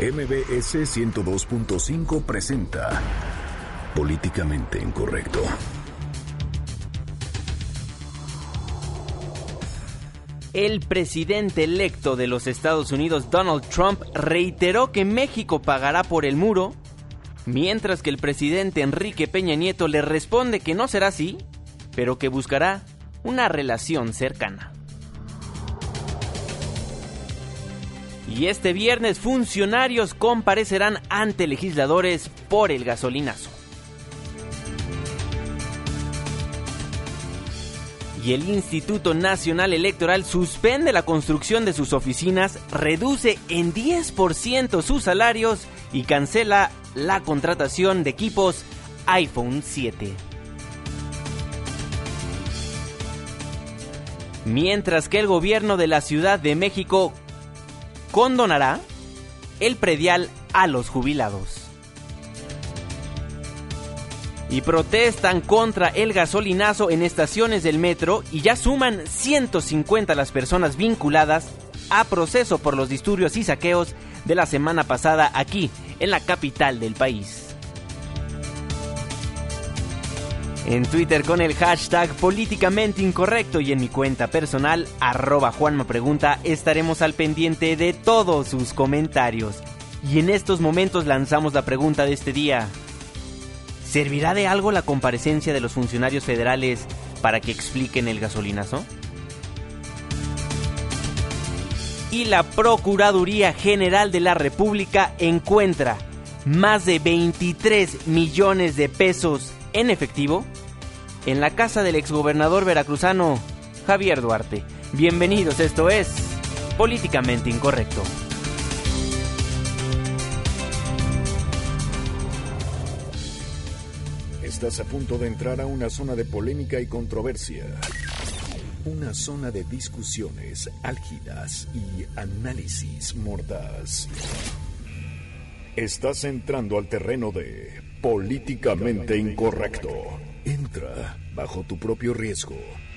MBS 102.5 presenta Políticamente Incorrecto. El presidente electo de los Estados Unidos, Donald Trump, reiteró que México pagará por el muro, mientras que el presidente Enrique Peña Nieto le responde que no será así, pero que buscará una relación cercana. Y este viernes funcionarios comparecerán ante legisladores por el gasolinazo. Y el Instituto Nacional Electoral suspende la construcción de sus oficinas, reduce en 10% sus salarios y cancela la contratación de equipos iPhone 7. Mientras que el gobierno de la Ciudad de México condonará el predial a los jubilados. Y protestan contra el gasolinazo en estaciones del metro y ya suman 150 las personas vinculadas a proceso por los disturbios y saqueos de la semana pasada aquí, en la capital del país. En Twitter con el hashtag Políticamente Incorrecto y en mi cuenta personal, @JuanmaPregunta, estaremos al pendiente de todos sus comentarios. Y en estos momentos lanzamos la pregunta de este día. ¿Servirá de algo la comparecencia de los funcionarios federales para que expliquen el gasolinazo? Y la Procuraduría General de la República encuentra más de 23 millones de pesos en efectivo en la casa del exgobernador veracruzano Javier Duarte. Bienvenidos, esto es Políticamente Incorrecto. Estás a punto de entrar a una zona de polémica y controversia. Una zona de discusiones álgidas y análisis mordaz. Estás entrando al terreno de Políticamente Incorrecto. Entra bajo tu propio riesgo.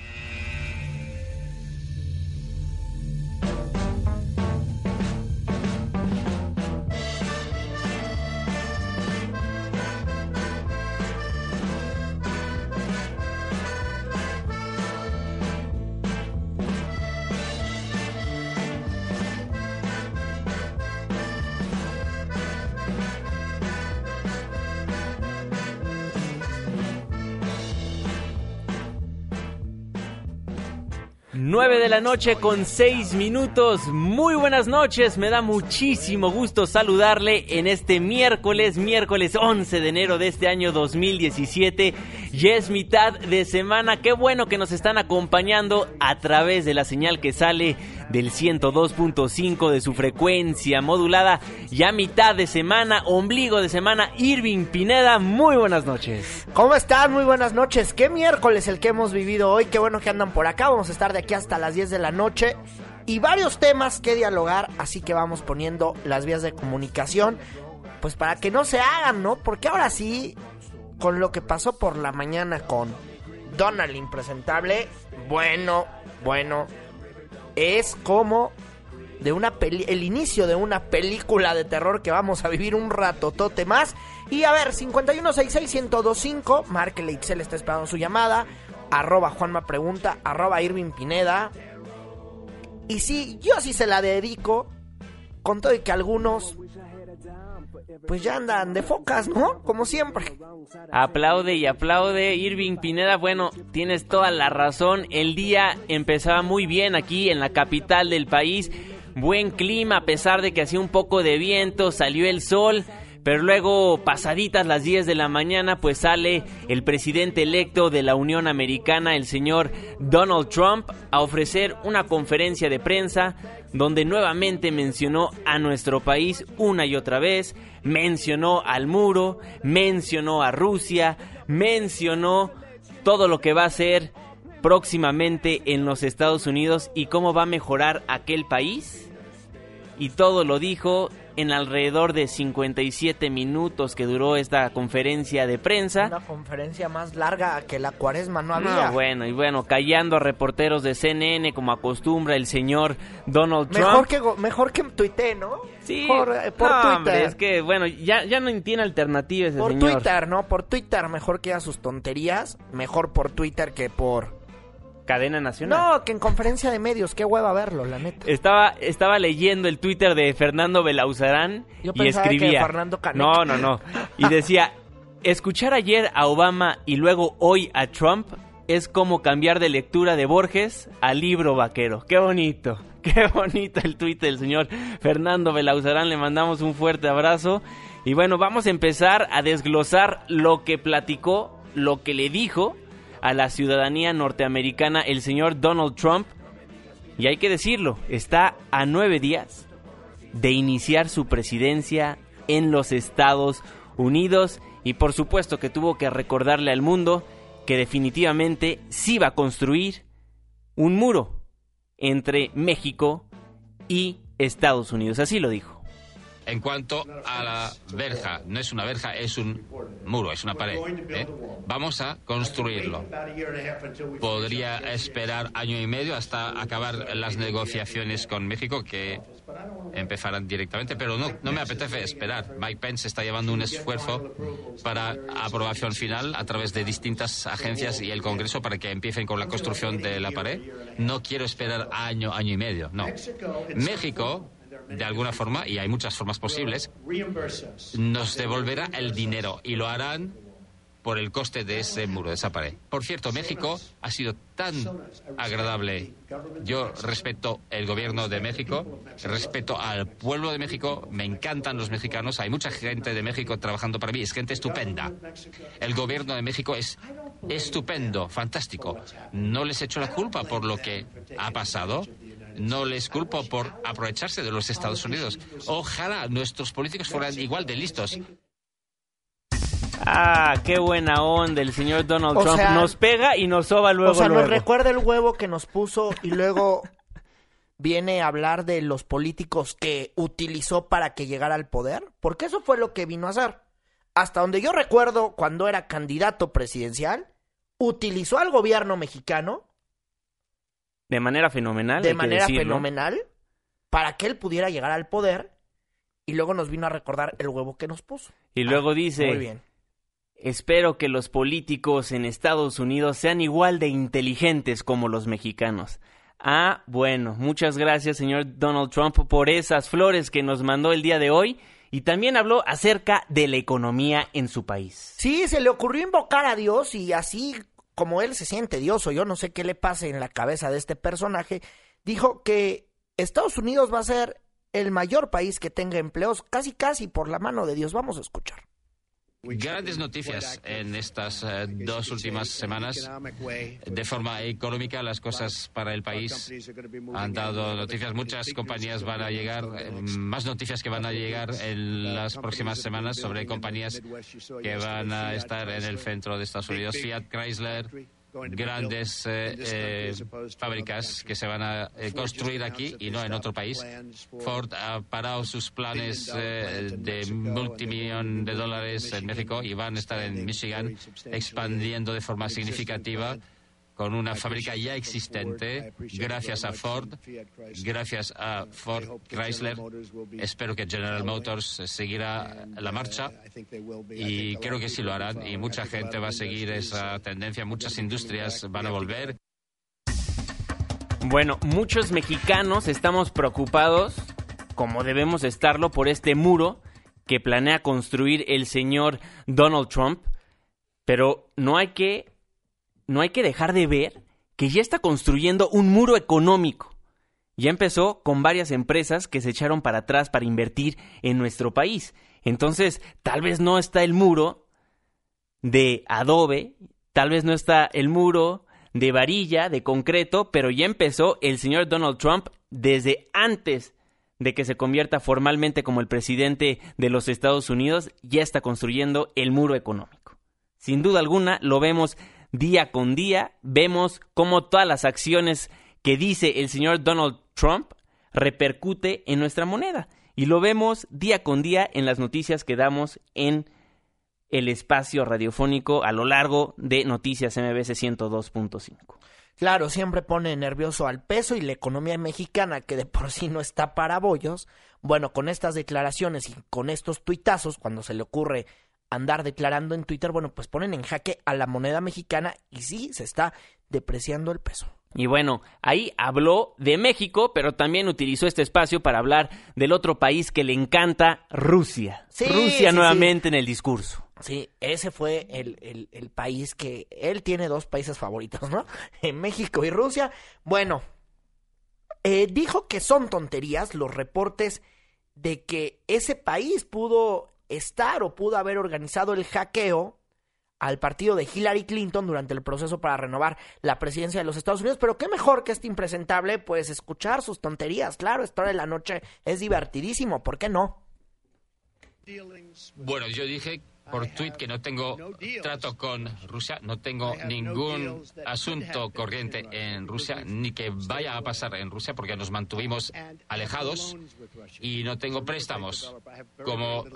Nueve de la noche con 6 minutos. Muy buenas noches, me da muchísimo gusto saludarle en este miércoles 11 de enero de este año 2017. Ya es mitad de semana, qué bueno que nos están acompañando a través de la señal que sale del 102.5 de su frecuencia modulada. Ya mitad de semana, ombligo de semana. Irving Pineda, muy buenas noches. ¿Cómo están? Muy buenas noches. Qué miércoles el que hemos vivido hoy, qué bueno que andan por acá. Vamos a estar de aquí hasta las 10 de la noche y varios temas que dialogar, así que vamos poniendo las vías de comunicación, pues para que no se hagan, ¿no? Porque ahora sí, con lo que pasó por la mañana con Donald Impresentable, bueno, es como de el inicio de una película de terror que vamos a vivir un ratotote más. Y a ver, 5166-1025, márquele, Itzel está esperando su llamada, @JuanmaPregunta, @Irving Pineda. Y sí, yo sí se la dedico, con todo y que algunos pues ya andan de focas, ¿no? Como siempre. Aplaude y aplaude, Irving Pineda. Bueno, tienes toda la razón. El día empezaba muy bien aquí en la capital del país. Buen clima, a pesar de que hacía un poco de viento, salió el sol. Pero luego, pasaditas las 10 de la mañana, pues sale el presidente electo de la Unión Americana, el señor Donald Trump, a ofrecer una conferencia de prensa donde nuevamente mencionó a nuestro país una y otra vez, mencionó al muro, mencionó a Rusia, mencionó todo lo que va a hacer próximamente en los Estados Unidos y cómo va a mejorar aquel país y todo lo dijo en alrededor de 57 minutos que duró esta conferencia de prensa. Una conferencia más larga que la Cuaresma no había. Bueno, callando a reporteros de CNN como acostumbra el señor Donald Trump. Mejor que tuitee, ¿no? Sí, por Twitter. Hombre, es que, bueno, ya no tiene alternativa ese por señor. Twitter, ¿no? Por Twitter, mejor que a sus tonterías. Mejor por Twitter que por... Cadena nacional. No, que en conferencia de medios. Qué hueva verlo, la neta. Estaba leyendo el Twitter de Fernando Belauzarán y escribía... que Fernando Canek. No. Y decía, escuchar ayer a Obama y luego hoy a Trump es como cambiar de lectura de Borges a libro vaquero. Qué bonito el tuit del señor Fernando Belauzarán. Le mandamos un fuerte abrazo. Y bueno, vamos a empezar a desglosar lo que platicó, lo que le dijo a la ciudadanía norteamericana el señor Donald Trump. Y hay que decirlo, está a 9 días de iniciar su presidencia en los Estados Unidos. Y por supuesto que tuvo que recordarle al mundo que definitivamente sí va a construir un muro entre México y Estados Unidos. Así lo dijo. En cuanto a la verja, no es una verja, es un muro, es una pared. Vamos a construirlo. Podría esperar año y medio hasta acabar las negociaciones con México, que empezarán directamente, pero no me apetece esperar. Mike Pence está llevando un esfuerzo para aprobación final a través de distintas agencias y el Congreso para que empiecen con la construcción de la pared. No quiero esperar año y medio, no. México, de alguna forma, y hay muchas formas posibles, nos devolverá el dinero y lo harán por el coste de ese muro, de esa pared. Por cierto, México ha sido tan agradable. Yo respeto el gobierno de México, respeto al pueblo de México, me encantan los mexicanos, hay mucha gente de México trabajando para mí, es gente estupenda. El gobierno de México es estupendo, fantástico. No les echo la culpa por lo que ha pasado. No les culpo por aprovecharse de los Estados Unidos. Ojalá nuestros políticos fueran igual de listos. Qué buena onda el señor Donald Trump. Nos pega y nos soba luego. Nos recuerda el huevo que nos puso y luego viene a hablar de los políticos que utilizó para que llegara al poder. Porque eso fue lo que vino a hacer. Hasta donde yo recuerdo, cuando era candidato presidencial, utilizó al gobierno mexicano de manera fenomenal. Para que él pudiera llegar al poder. Y luego nos vino a recordar el huevo que nos puso. Y luego dice, muy bien. Espero que los políticos en Estados Unidos sean igual de inteligentes como los mexicanos. Bueno, muchas gracias, señor Donald Trump, por esas flores que nos mandó el día de hoy. Y también habló acerca de la economía en su país. Sí, se le ocurrió invocar a Dios y así como él se siente Dios, o yo no sé qué le pase en la cabeza de este personaje, dijo que Estados Unidos va a ser el mayor país que tenga empleos, casi por la mano de Dios. Vamos a escuchar. Grandes noticias en estas 2 últimas semanas. De forma económica, las cosas para el país han dado noticias. Muchas compañías van a llegar, más noticias que van a llegar en las próximas semanas sobre compañías que van a estar en el centro de Estados Unidos. Fiat, Chrysler, grandes fábricas que se van a construir aquí y no en otro país. Ford ha parado sus planes de multimillón de dólares en México y van a estar en Michigan expandiendo de forma significativa con una fábrica ya existente, gracias a Ford Chrysler. Espero que General Motors seguirá la marcha y creo que sí lo harán y mucha gente va a seguir esa tendencia, muchas industrias van a volver. Bueno, muchos mexicanos estamos preocupados, como debemos estarlo, por este muro que planea construir el señor Donald Trump, pero no hay que dejar de ver que ya está construyendo un muro económico. Ya empezó con varias empresas que se echaron para atrás para invertir en nuestro país. Entonces, tal vez no está el muro de adobe, tal vez no está el muro de varilla, de concreto, pero ya empezó el señor Donald Trump desde antes de que se convierta formalmente como el presidente de los Estados Unidos, ya está construyendo el muro económico. Sin duda alguna, lo vemos día con día, vemos cómo todas las acciones que dice el señor Donald Trump repercute en nuestra moneda. Y lo vemos día con día en las noticias que damos en el espacio radiofónico a lo largo de Noticias MBS 102.5. Claro, siempre pone nervioso al peso y la economía mexicana, que de por sí no está para bollos. Bueno, con estas declaraciones y con estos tuitazos, cuando se le ocurre andar declarando en Twitter, bueno, pues ponen en jaque a la moneda mexicana y sí, se está depreciando el peso. Y bueno, ahí habló de México, pero también utilizó este espacio para hablar del otro país que le encanta, Rusia. Sí, Rusia sí, nuevamente en el discurso. Sí, ese fue el país que él tiene dos países favoritos, ¿no? México y Rusia. Bueno, dijo que son tonterías los reportes de que ese país pudo estar o pudo haber organizado el hackeo al partido de Hillary Clinton durante el proceso para renovar la presidencia de los Estados Unidos, pero qué mejor que este impresentable, pues escuchar sus tonterías. Claro, esta hora de la noche es divertidísimo, ¿por qué no? Bueno, yo dije por tweet que no tengo trato con Rusia, no tengo ningún asunto corriente en Rusia, ni que vaya a pasar en Rusia, porque nos mantuvimos alejados, y no tengo préstamos. Como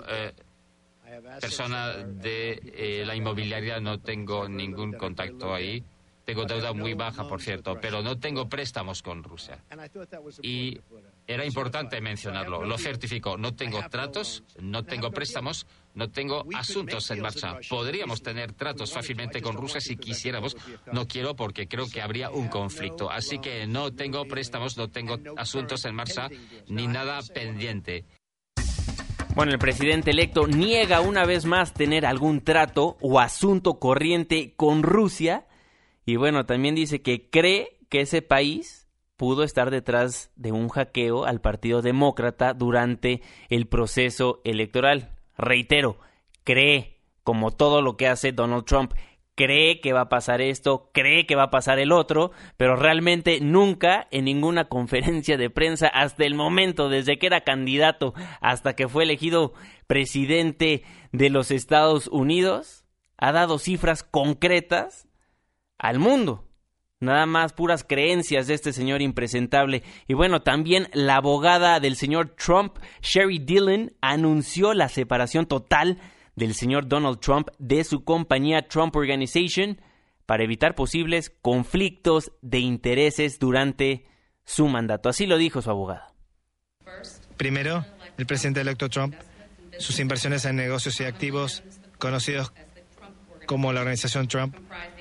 persona de la inmobiliaria no tengo ningún contacto ahí. Tengo deuda muy baja, por cierto, pero no tengo préstamos con Rusia. Y era importante mencionarlo, lo certifico. No tengo tratos, no tengo préstamos, no tengo asuntos en marcha. Podríamos tener tratos fácilmente con Rusia si quisiéramos. No quiero porque creo que habría un conflicto. Así que no tengo préstamos, no tengo asuntos en marcha, ni nada pendiente. Bueno, el presidente electo niega una vez más tener algún trato o asunto corriente con Rusia. Y bueno, también dice que cree que ese país pudo estar detrás de un hackeo al Partido Demócrata durante el proceso electoral. Reitero, cree, como todo lo que hace Donald Trump, cree que va a pasar esto, cree que va a pasar el otro, pero realmente nunca en ninguna conferencia de prensa hasta el momento, desde que era candidato hasta que fue elegido presidente de los Estados Unidos, ha dado cifras concretas al mundo. Nada más puras creencias de este señor impresentable. Y bueno, también la abogada del señor Trump, Sherry Dillon, anunció la separación total del señor Donald Trump de su compañía Trump Organization para evitar posibles conflictos de intereses durante su mandato. Así lo dijo su abogada. Primero, el presidente electo Trump, sus inversiones en negocios y activos conocidos como la organización Trump,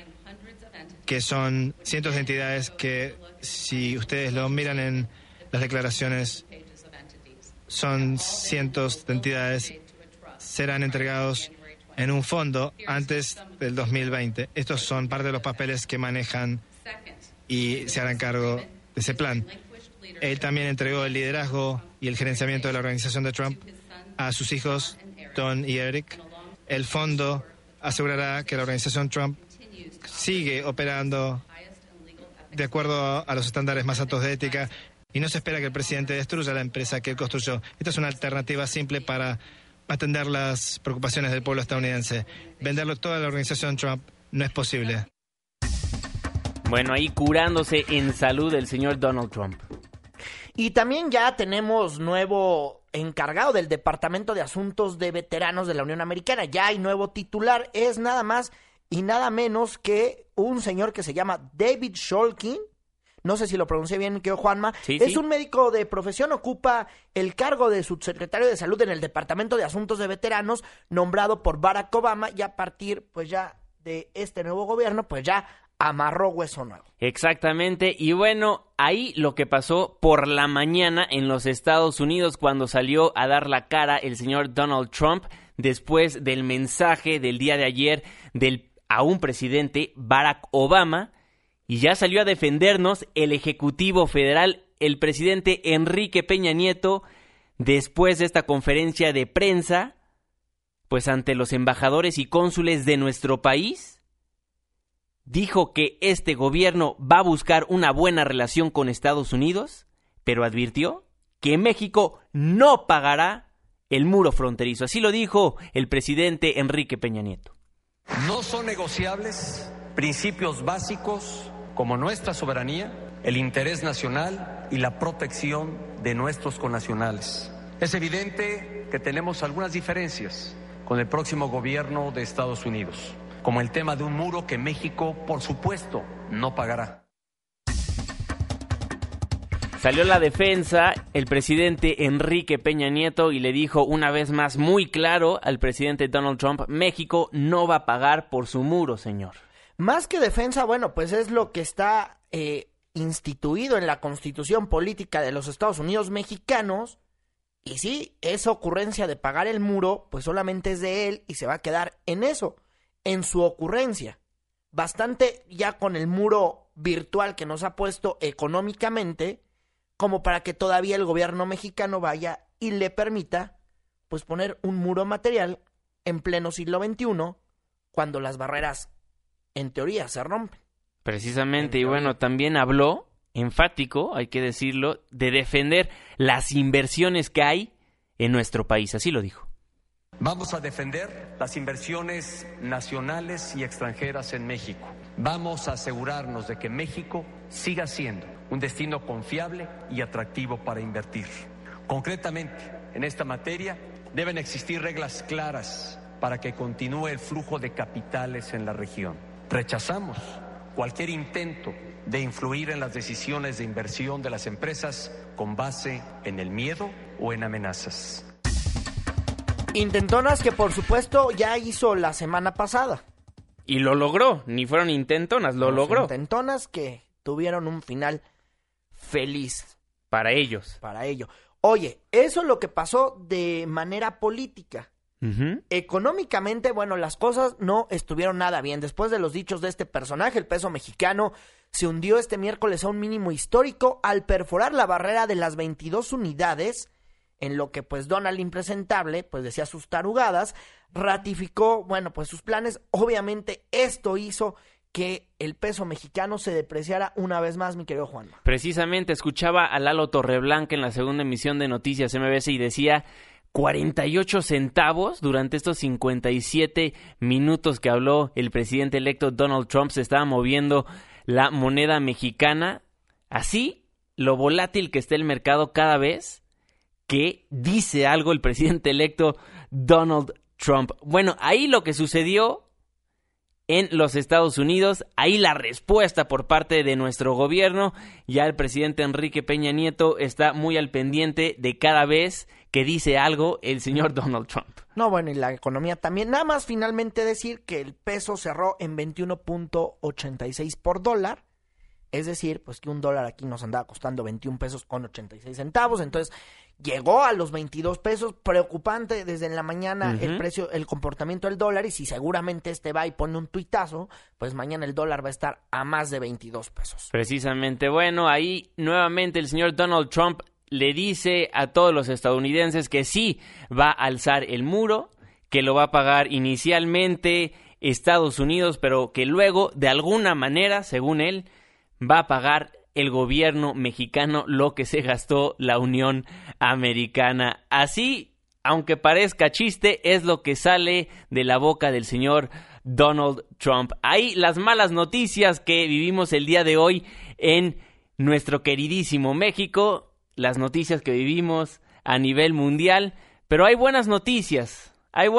que son cientos de entidades que, si ustedes lo miran en las declaraciones, son cientos de entidades, serán entregados en un fondo antes del 2020. Estos son parte de los papeles que manejan y se harán cargo de ese plan. Él también entregó el liderazgo y el gerenciamiento de la organización de Trump a sus hijos, Don y Eric. El fondo asegurará que la organización Trump sigue operando de acuerdo a los estándares más altos de ética y no se espera que el presidente destruya la empresa que él construyó. Esta es una alternativa simple para atender las preocupaciones del pueblo estadounidense. Venderlo toda a la organización Trump no es posible. Bueno, ahí curándose en salud el señor Donald Trump. Y también ya tenemos nuevo encargado del Departamento de Asuntos de Veteranos de la Unión Americana. Ya hay nuevo titular, es nada más y nada menos que un señor que se llama David Shulkin. No sé si lo pronuncié bien, que Juanma. Sí, es sí. un médico de profesión, ocupa el cargo de subsecretario de Salud en el Departamento de Asuntos de Veteranos, nombrado por Barack Obama, y a partir, pues ya, de este nuevo gobierno, pues ya amarró hueso nuevo. Exactamente, y bueno, ahí lo que pasó por la mañana en los Estados Unidos cuando salió a dar la cara el señor Donald Trump después del mensaje del día de ayer a un presidente, Barack Obama, y ya salió a defendernos el Ejecutivo Federal, el presidente Enrique Peña Nieto, después de esta conferencia de prensa, pues ante los embajadores y cónsules de nuestro país, dijo que este gobierno va a buscar una buena relación con Estados Unidos, pero advirtió que México no pagará el muro fronterizo. Así lo dijo el presidente Enrique Peña Nieto. No son negociables principios básicos como nuestra soberanía, el interés nacional y la protección de nuestros connacionales. Es evidente que tenemos algunas diferencias con el próximo gobierno de Estados Unidos, como el tema de un muro que México, por supuesto, no pagará. Salió la defensa el presidente Enrique Peña Nieto y le dijo una vez más muy claro al presidente Donald Trump: México no va a pagar por su muro, señor. Más que defensa, bueno, pues es lo que está instituido en la Constitución Política de los Estados Unidos Mexicanos. Y sí, esa ocurrencia de pagar el muro, pues solamente es de él y se va a quedar en eso, en su ocurrencia. Bastante ya con el muro virtual que nos ha puesto económicamente, como para que todavía el gobierno mexicano vaya y le permita, pues, poner un muro material en pleno siglo XXI, cuando las barreras, en teoría, se rompen. Precisamente, y bueno, también habló, enfático, hay que decirlo, de defender las inversiones que hay en nuestro país, así lo dijo. Vamos a defender las inversiones nacionales y extranjeras en México. Vamos a asegurarnos de que México siga siendo un destino confiable y atractivo para invertir. Concretamente, en esta materia deben existir reglas claras para que continúe el flujo de capitales en la región. Rechazamos cualquier intento de influir en las decisiones de inversión de las empresas con base en el miedo o en amenazas. Intentonas que por supuesto ya hizo la semana pasada. Y lo logró, ni fueron intentonas, lo logró. Intentonas que tuvieron un final feliz. Para ellos. Para ello. Oye, eso es lo que pasó de manera política. Uh-huh. Económicamente, bueno, las cosas no estuvieron nada bien. Después de los dichos de este personaje, el peso mexicano se hundió este miércoles a un mínimo histórico al perforar la barrera de las 22 unidades, en lo que pues Donald impresentable, pues decía sus tarugadas, ratificó, bueno, pues sus planes. Obviamente esto hizo que el peso mexicano se depreciara una vez más, mi querido Juan. Precisamente escuchaba a Lalo Torreblanca en la segunda emisión de Noticias MBS y decía 48 centavos durante estos 57 minutos que habló el presidente electo Donald Trump. Se estaba moviendo la moneda mexicana. Así, lo volátil que está el mercado cada vez que dice algo el presidente electo Donald Trump. Bueno, ahí lo que sucedió en los Estados Unidos, ahí la respuesta por parte de nuestro gobierno. Ya el presidente Enrique Peña Nieto está muy al pendiente de cada vez que dice algo el señor Donald Trump. No, bueno, y la economía también. Nada más finalmente decir que el peso cerró en 21.86 por dólar. Es decir, pues que un dólar aquí nos andaba costando 21 pesos con 86 centavos. Entonces, llegó a los 22 pesos. Preocupante desde en la mañana el precio, el comportamiento del dólar. Y si seguramente va y pone un tuitazo, pues mañana el dólar va a estar a más de 22 pesos. Precisamente. Bueno, ahí nuevamente el señor Donald Trump le dice a todos los estadounidenses que sí va a alzar el muro, que lo va a pagar inicialmente Estados Unidos, pero que luego, de alguna manera, según él, va a pagar el gobierno mexicano lo que se gastó la Unión Americana. Así, aunque parezca chiste, es lo que sale de la boca del señor Donald Trump. Ahí las malas noticias que vivimos el día de hoy en nuestro queridísimo México, las noticias que vivimos a nivel mundial, pero hay buenas noticias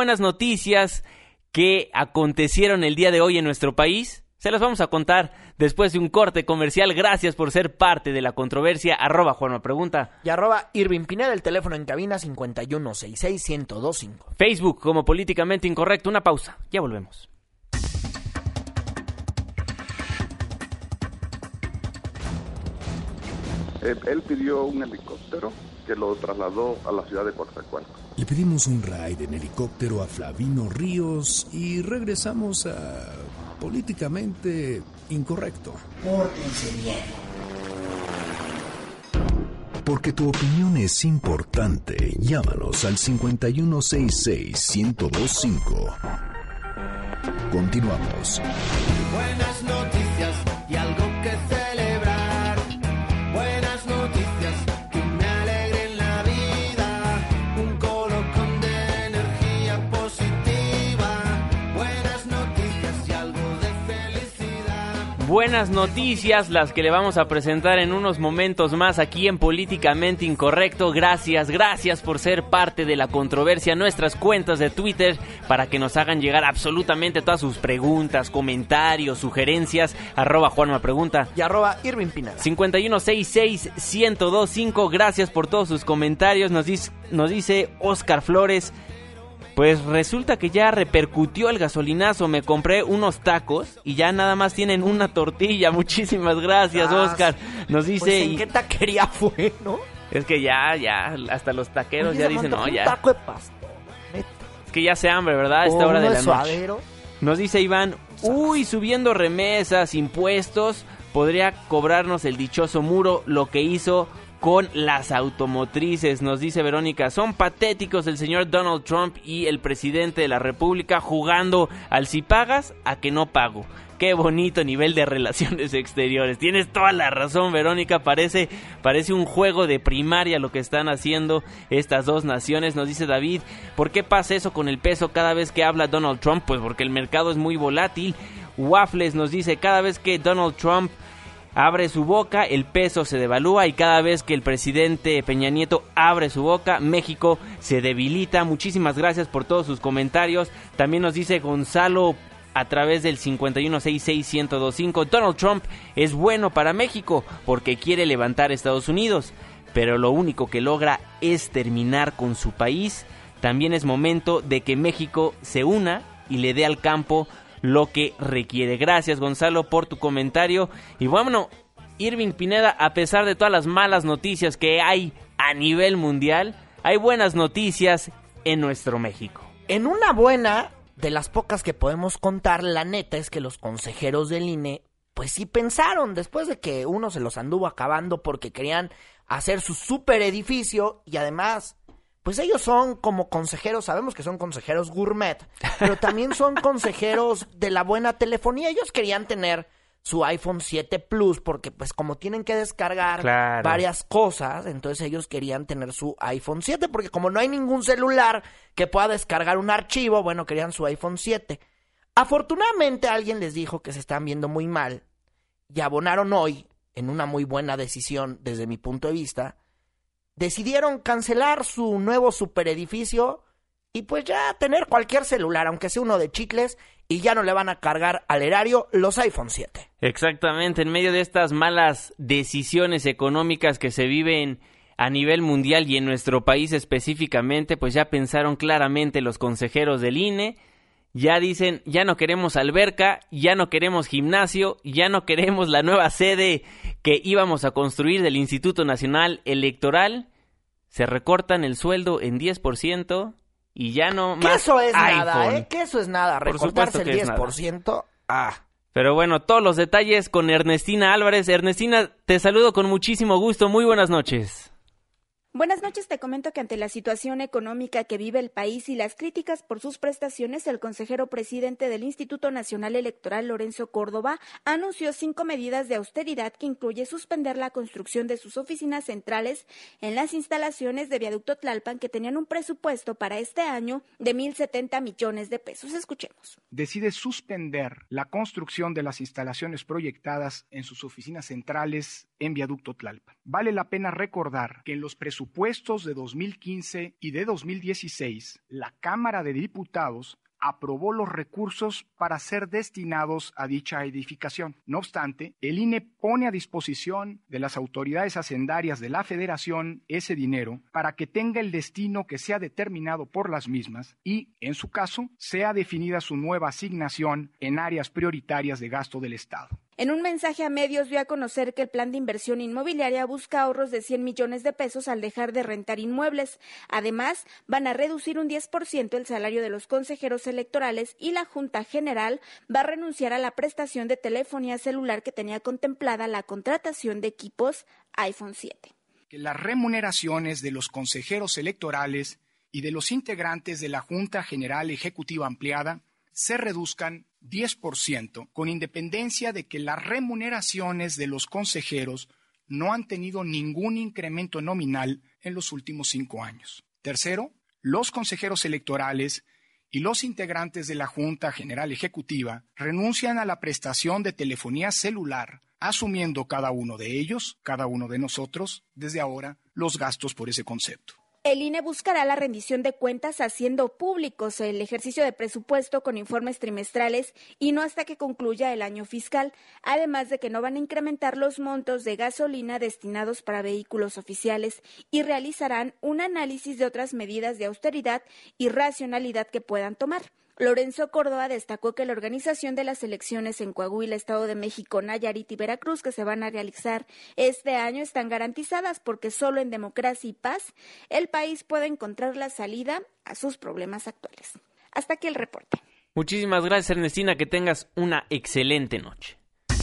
que acontecieron el día de hoy en nuestro país. Se las vamos a contar después de un corte comercial. Gracias por ser parte de la controversia. @Juanma Pregunta. Y @Irving Pineda, el teléfono en cabina 5166-1025. Facebook como Políticamente Incorrecto. Una pausa. Ya volvemos. Él pidió un helicóptero que lo trasladó a la ciudad de Coatzacoalcos. Le pedimos un ride en helicóptero a Flavino Ríos y regresamos a Políticamente Incorrecto. Pórtense bien. Porque tu opinión es importante. Llámanos al 5166-1025. Continuamos. Buenas noticias y algo que celebrar. Buenas noticias que me alegren la vida. Un colocón de energía positiva. Buenas noticias y algo de felicidad. Buenas noticias, las que le vamos a presentar en unos momentos más aquí en Políticamente Incorrecto. Gracias por ser parte de la controversia. Nuestras cuentas de Twitter para que nos hagan llegar absolutamente todas sus preguntas, comentarios, sugerencias. @JuanmaPregunta y @Irving Pineda. 5166-1025. Gracias por todos sus comentarios. Nos dice Oscar Flores. Pues resulta que ya repercutió el gasolinazo. Me compré unos tacos y ya nada más tienen una tortilla. Muchísimas gracias, Oscar. Nos dice... Pues, ¿en qué taquería fue, no? Es que ya, hasta los taqueros ya dicen, no, ya. Un taco de pastor, neta. Es que ya se hambre, ¿verdad? A esta hora de la noche. Suadero. Nos dice Iván, subiendo remesas, impuestos, podría cobrarnos el dichoso muro lo que hizo con las automotrices. Nos dice Verónica, son patéticos el señor Donald Trump y el presidente de la República jugando al si pagas a que no pago. Qué bonito nivel de relaciones exteriores. Tienes toda la razón, Verónica. Parece un juego de primaria lo que están haciendo estas dos naciones. Nos dice David, ¿por qué pasa eso con el peso cada vez que habla Donald Trump? Pues porque el mercado es muy volátil. Waffles nos dice, cada vez que Donald Trump abre su boca, el peso se devalúa, y cada vez que el presidente Peña Nieto abre su boca, México se debilita. Muchísimas gracias por todos sus comentarios. También nos dice Gonzalo a través del 5166-1025, Donald Trump es bueno para México porque quiere levantar a Estados Unidos, pero lo único que logra es terminar con su país. También es momento de que México se una y le dé al campo lo que requiere. Gracias, Gonzalo, por tu comentario. Y bueno, Irving Pineda, a pesar de todas las malas noticias que hay a nivel mundial, hay buenas noticias en nuestro México. En una buena, de las pocas que podemos contar, la neta es que los consejeros del INE, pues sí pensaron, después de que uno se los anduvo acabando porque querían hacer su super edificio, y además... pues ellos son como consejeros, sabemos que son consejeros gourmet, pero también son consejeros de la buena telefonía. Ellos querían tener su iPhone 7 Plus porque pues como tienen que descargar varias cosas, entonces ellos querían tener su iPhone 7 porque como no hay ningún celular que pueda descargar un archivo, bueno, querían su iPhone 7. Afortunadamente alguien les dijo que se están viendo muy mal y abonaron hoy, en una muy buena decisión desde mi punto de vista, decidieron cancelar su nuevo superedificio y pues ya tener cualquier celular, aunque sea uno de chicles, y ya no le van a cargar al erario los iPhone 7. Exactamente, en medio de estas malas decisiones económicas que se viven a nivel mundial y en nuestro país específicamente, pues ya pensaron claramente los consejeros del INE. Ya dicen, ya no queremos alberca, ya no queremos gimnasio, ya no queremos la nueva sede que íbamos a construir del Instituto Nacional Electoral. Se recortan el sueldo en 10% y ya no más. Que eso es iPhone. nada, que eso es nada, recortarse el 10%. Pero bueno, todos los detalles con Ernestina Álvarez. Ernestina, te saludo con muchísimo gusto, muy buenas noches. Buenas noches, te comento que ante la situación económica que vive el país y las críticas por sus prestaciones, el consejero presidente del Instituto Nacional Electoral, Lorenzo Córdoba, anunció 5 medidas de austeridad que incluye suspender la construcción de sus oficinas centrales en las instalaciones de Viaducto Tlalpan que tenían un presupuesto para este año de 1,070 millones de pesos. Escuchemos. Decide suspender la construcción de las instalaciones proyectadas en sus oficinas centrales en Viaducto Tlalpan. Vale la pena recordar que en los presupuestos de 2015 y de 2016, la Cámara de Diputados aprobó los recursos para ser destinados a dicha edificación. No obstante, el INE pone a disposición de las autoridades hacendarias de la Federación ese dinero para que tenga el destino que sea determinado por las mismas y, en su caso, sea definida su nueva asignación en áreas prioritarias de gasto del Estado. En un mensaje a medios dio a conocer que el plan de inversión inmobiliaria busca ahorros de 100 millones de pesos al dejar de rentar inmuebles. Además, van a reducir un 10% el salario de los consejeros electorales y la Junta General va a renunciar a la prestación de telefonía celular que tenía contemplada la contratación de equipos iPhone 7. Que las remuneraciones de los consejeros electorales y de los integrantes de la Junta General Ejecutiva Ampliada se reduzcan 10%, con independencia de que las remuneraciones de los consejeros no han tenido ningún incremento nominal en los últimos 5 años. Tercero, los consejeros electorales y los integrantes de la Junta General Ejecutiva renuncian a la prestación de telefonía celular, asumiendo cada uno de ellos, cada uno de nosotros, desde ahora, los gastos por ese concepto. El INE buscará la rendición de cuentas haciendo públicos el ejercicio de presupuesto con informes trimestrales y no hasta que concluya el año fiscal, además de que no van a incrementar los montos de gasolina destinados para vehículos oficiales y realizarán un análisis de otras medidas de austeridad y racionalidad que puedan tomar. Lorenzo Córdoba destacó que la organización de las elecciones en Coahuila, Estado de México, Nayarit y Veracruz que se van a realizar este año están garantizadas porque solo en democracia y paz el país puede encontrar la salida a sus problemas actuales. Hasta aquí el reporte. Muchísimas gracias, Ernestina, que tengas una excelente noche.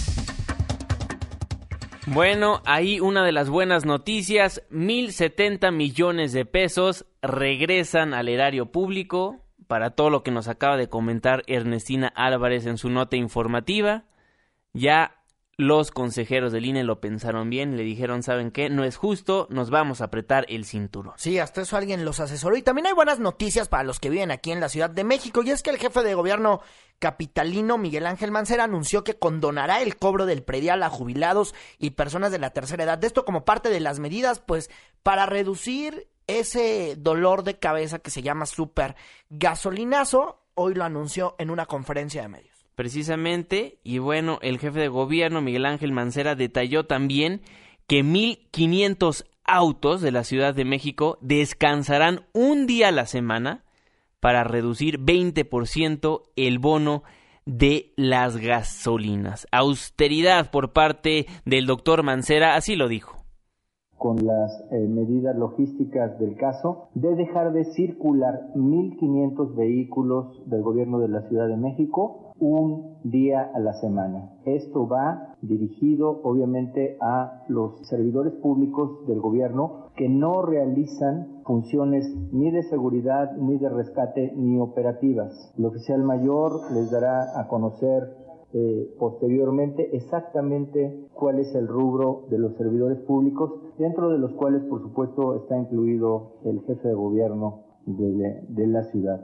Bueno, ahí una de las buenas noticias, 1,070 millones de pesos regresan al erario público para todo lo que nos acaba de comentar Ernestina Álvarez en su nota informativa. Ya los consejeros del INE lo pensaron bien, le dijeron, ¿saben qué? No es justo, nos vamos a apretar el cinturón. Sí, hasta eso alguien los asesoró. Y también hay buenas noticias para los que viven aquí en la Ciudad de México, y es que el jefe de gobierno capitalino, Miguel Ángel Mancera, anunció que condonará el cobro del predial a jubilados y personas de la tercera edad. De esto como parte de las medidas, pues, para reducir ese dolor de cabeza que se llama super gasolinazo. Hoy lo anunció en una conferencia de medios. Precisamente, y bueno, el jefe de gobierno, Miguel Ángel Mancera, detalló también que 1,500 autos de la Ciudad de México descansarán un día a la semana para reducir 20% el bono de las gasolinas. Austeridad por parte del doctor Mancera, así lo dijo. Con las medidas logísticas del caso, de dejar de circular 1,500 vehículos del gobierno de la Ciudad de México un día a la semana. Esto va dirigido obviamente a los servidores públicos del gobierno que no realizan funciones ni de seguridad, ni de rescate, ni operativas. El oficial mayor les dará a conocer posteriormente exactamente cuál es el rubro de los servidores públicos, dentro de los cuales por supuesto está incluido el jefe de gobierno de la ciudad.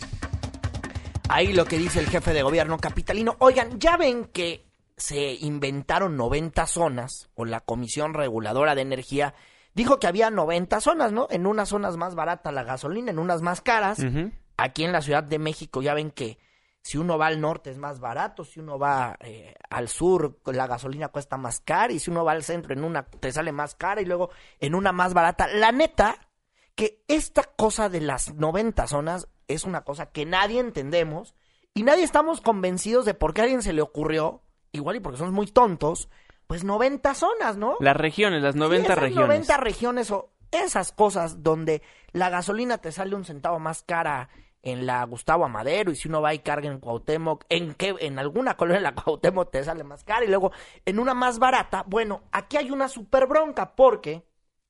Ahí lo que dice el jefe de gobierno capitalino. Oigan, ya ven que se inventaron 90 zonas, o la Comisión Reguladora de Energía dijo que había 90 zonas, ¿no? En unas zonas más barata la gasolina, en unas más caras. Uh-huh. Aquí en la Ciudad de México ya ven que si uno va al norte es más barato, si uno va al sur la gasolina cuesta más cara, y si uno va al centro en una te sale más cara y luego en una más barata. La neta, que esta cosa de las 90 zonas es una cosa que nadie entendemos y nadie estamos convencidos de por qué a alguien se le ocurrió, igual y porque somos muy tontos, pues 90 zonas, ¿no? Las regiones, las 90 sí, regiones. 90 regiones o esas cosas donde la gasolina te sale un centavo más cara en la Gustavo Amadero, y si uno va y carga en Cuauhtémoc, en alguna colonia en la Cuauhtémoc te sale más cara, y luego en una más barata. Bueno, aquí hay una super bronca, porque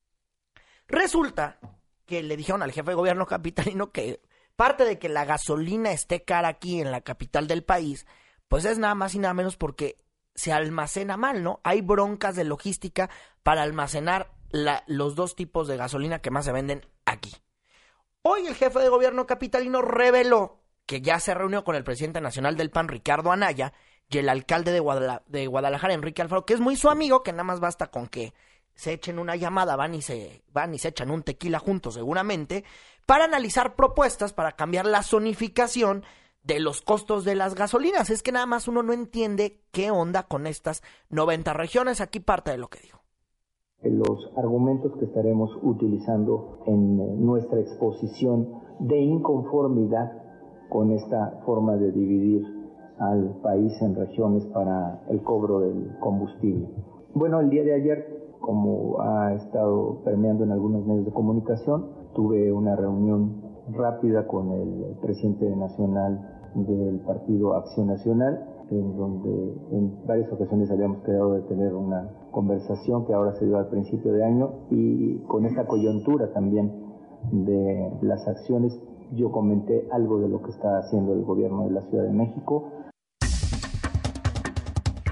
resulta que le dijeron al jefe de gobierno capitalino que parte de que la gasolina esté cara aquí en la capital del país, pues es nada más y nada menos porque se almacena mal, ¿no? Hay broncas de logística para almacenar los dos tipos de gasolina que más se venden aquí. Hoy el jefe de gobierno capitalino reveló que ya se reunió con el presidente nacional del PAN, Ricardo Anaya, y el alcalde de Guadalajara, Enrique Alfaro, que es muy su amigo, que nada más basta con que se echen una llamada, van y se echan un tequila juntos seguramente, para analizar propuestas para cambiar la zonificación de los costos de las gasolinas. Es que nada más uno no entiende qué onda con estas 90 regiones. Aquí parte de lo que dijo. Los argumentos que estaremos utilizando en nuestra exposición de inconformidad con esta forma de dividir al país en regiones para el cobro del combustible. Bueno, el día de ayer, como ha estado permeando en algunos medios de comunicación, tuve una reunión rápida con el presidente nacional del Partido Acción Nacional, en donde en varias ocasiones habíamos quedado de tener una conversación que ahora se dio al principio de año, y con esta coyuntura también de las acciones yo comenté algo de lo que está haciendo el gobierno de la Ciudad de México.